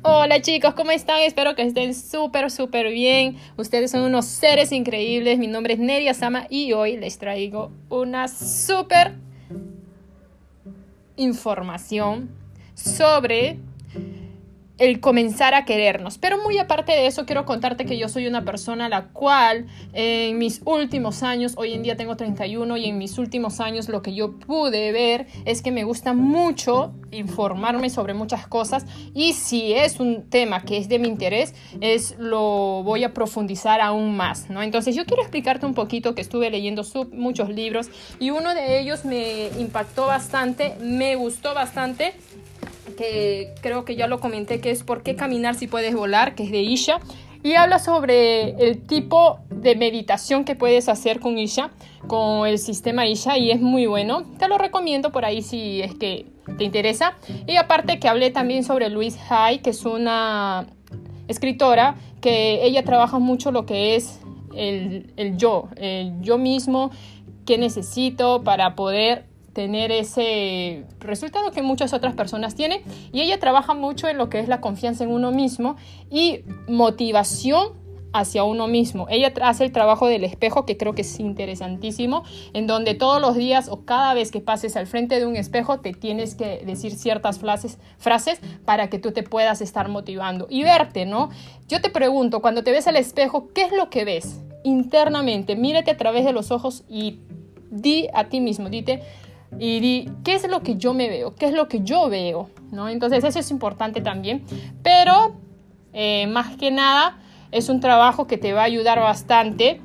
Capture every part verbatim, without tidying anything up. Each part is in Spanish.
Hola chicos, ¿cómo están? Espero que estén súper, súper bien. Ustedes son unos seres increíbles. Mi nombre es Neria Sama y hoy les traigo una súper información sobre el comenzar a querernos. Pero muy aparte de eso, quiero contarte que yo soy una persona a la cual eh, en mis últimos años, hoy en día tengo treinta y uno, y en mis últimos años lo que yo pude ver es que me gusta mucho informarme sobre muchas cosas, y si es un tema que es de mi interés, es lo voy a profundizar aún más, ¿no? Entonces yo quiero explicarte un poquito que estuve leyendo sub, muchos libros, y uno de ellos me impactó bastante, me gustó bastante, que creo que ya lo comenté, que es ¿Por qué caminar si puedes volar?, que es de Isha, y habla sobre el tipo de meditación que puedes hacer con Isha, con el sistema Isha, y es muy bueno. Te lo recomiendo por ahí si es que te interesa. Y aparte que hablé también sobre Louise Hay, que es una escritora que ella trabaja mucho lo que es el, el yo, el yo mismo, qué necesito para poder tener ese resultado que muchas otras personas tienen, y ella trabaja mucho en lo que es la confianza en uno mismo y motivación hacia uno mismo. Ella hace el trabajo del espejo, que creo que es interesantísimo, en donde todos los días o cada vez que pases al frente de un espejo te tienes que decir ciertas frases, frases para que tú te puedas estar motivando y verte, ¿no? Yo te pregunto, cuando te ves al espejo, ¿qué es lo que ves internamente? Mírate a través de los ojos y di a ti mismo, dite y di, ¿qué es lo que yo me veo? ¿Qué es lo que yo veo? ¿No? Entonces eso es importante también, pero eh, más que nada es un trabajo que te va a ayudar bastante,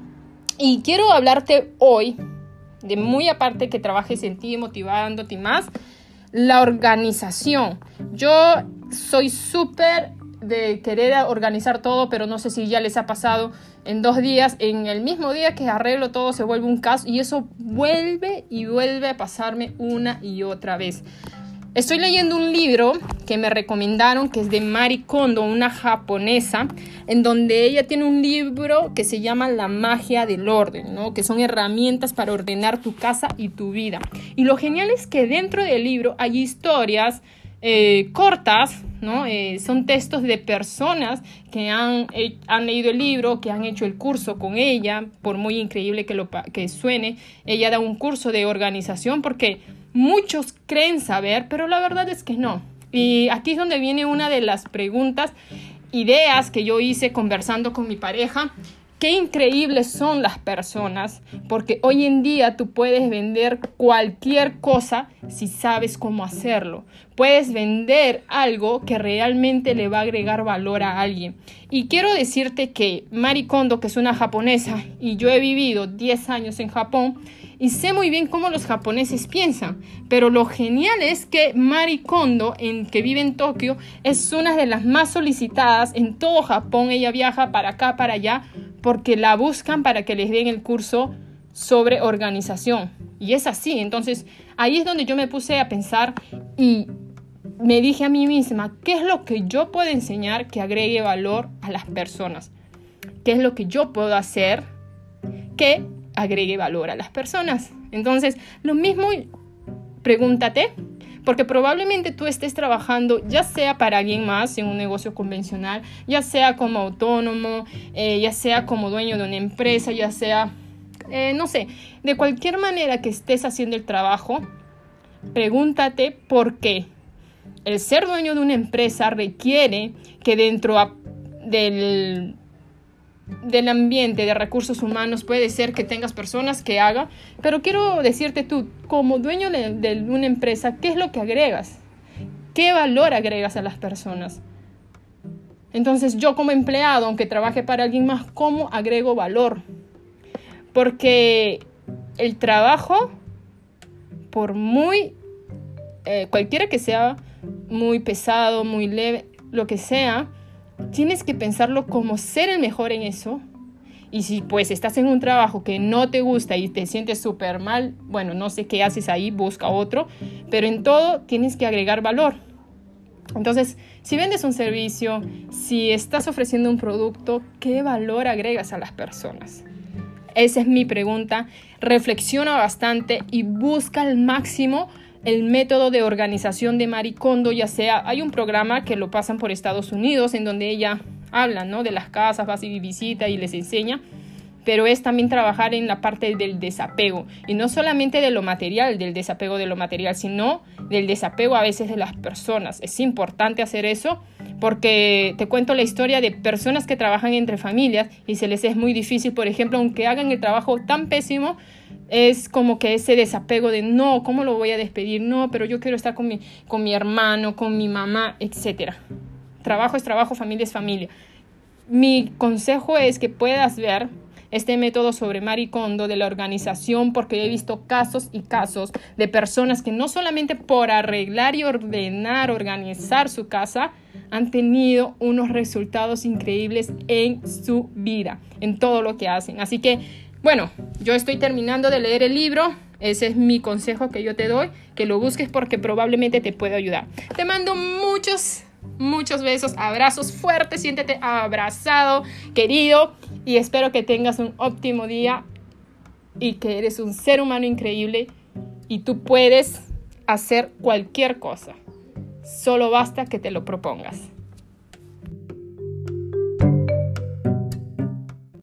y quiero hablarte hoy de, muy aparte que trabajes en ti, motivándote y más, la organización. Yo soy súper de querer organizar todo, pero no sé si ya les ha pasado, en dos días, en el mismo día que arreglo todo se vuelve un caos, y eso vuelve y vuelve a pasarme una y otra vez. Estoy leyendo un libro que me recomendaron, que es de Marie Kondo, una japonesa, en donde ella tiene un libro que se llama La magia del orden, ¿no? Que son herramientas para ordenar tu casa y tu vida. Y lo genial es que dentro del libro hay historias eh, cortas, ¿no? Eh, son textos de personas que han, eh, han leído el libro, que han hecho el curso con ella, por muy increíble que, lo, que suene. Ella da un curso de organización porque muchos creen saber, pero la verdad es que no. Y aquí es donde viene una de las preguntas, ideas que yo hice conversando con mi pareja. Qué increíbles son las personas, porque hoy en día tú puedes vender cualquier cosa si sabes cómo hacerlo. Puedes vender algo que realmente le va a agregar valor a alguien. Y quiero decirte que Marie Kondo, que es una japonesa, y yo he vivido diez años en Japón, y sé muy bien cómo los japoneses piensan, pero lo genial es que Marie Kondo, en, que vive en Tokio, es una de las más solicitadas en todo Japón. Ella viaja para acá, para allá, porque la buscan para que les den el curso sobre organización. Y es así. Entonces, ahí es donde yo me puse a pensar y me dije a mí misma, ¿qué es lo que yo puedo enseñar que agregue valor a las personas? ¿Qué es lo que yo puedo hacer que agregue valor a las personas? Entonces, lo mismo, pregúntate, porque probablemente tú estés trabajando ya sea para alguien más en un negocio convencional, ya sea como autónomo, eh, ya sea como dueño de una empresa, ya sea, eh, no sé, de cualquier manera que estés haciendo el trabajo, pregúntate por qué. El ser dueño de una empresa requiere que dentro a, del del ambiente de recursos humanos puede ser que tengas personas que hagan, pero quiero decirte tú, como dueño de, de una empresa, ¿qué es lo que agregas? ¿Qué valor agregas a las personas? Entonces yo como empleado, aunque trabaje para alguien más, ¿cómo agrego valor? Porque el trabajo, por muy, eh, cualquiera que sea, muy pesado, muy leve, lo que sea, tienes que pensarlo como ser el mejor en eso. Y si pues estás en un trabajo que no te gusta y te sientes súper mal, bueno, no sé qué haces ahí, busca otro, pero en todo tienes que agregar valor. Entonces, si vendes un servicio, si estás ofreciendo un producto, ¿qué valor agregas a las personas? Esa es mi pregunta. Reflexiona bastante y busca al máximo el método de organización de Marie Kondo, ya sea, hay un programa que lo pasan por Estados Unidos en donde ella habla, ¿no?, de las casas, va y visita y les enseña, pero es también trabajar en la parte del desapego, y no solamente de lo material, del desapego de lo material, sino del desapego a veces de las personas. Es importante hacer eso porque te cuento la historia de personas que trabajan entre familias y se les es muy difícil, por ejemplo, aunque hagan el trabajo tan pésimo, es como que ese desapego de no, ¿cómo lo voy a despedir? No, pero yo quiero estar con mi, con mi hermano, con mi mamá, etcétera. Trabajo es trabajo, familia es familia. Mi consejo es que puedas ver este método sobre Marie Kondo de la organización, porque he visto casos y casos de personas que no solamente por arreglar y ordenar, organizar su casa, han tenido unos resultados increíbles en su vida, en todo lo que hacen. Así que, bueno, yo estoy terminando de leer el libro. Ese es mi consejo que yo te doy, que lo busques porque probablemente te puede ayudar. Te mando muchos, muchos besos, abrazos fuertes, siéntete abrazado, querido, y espero que tengas un óptimo día y que eres un ser humano increíble y tú puedes hacer cualquier cosa. Solo basta que te lo propongas.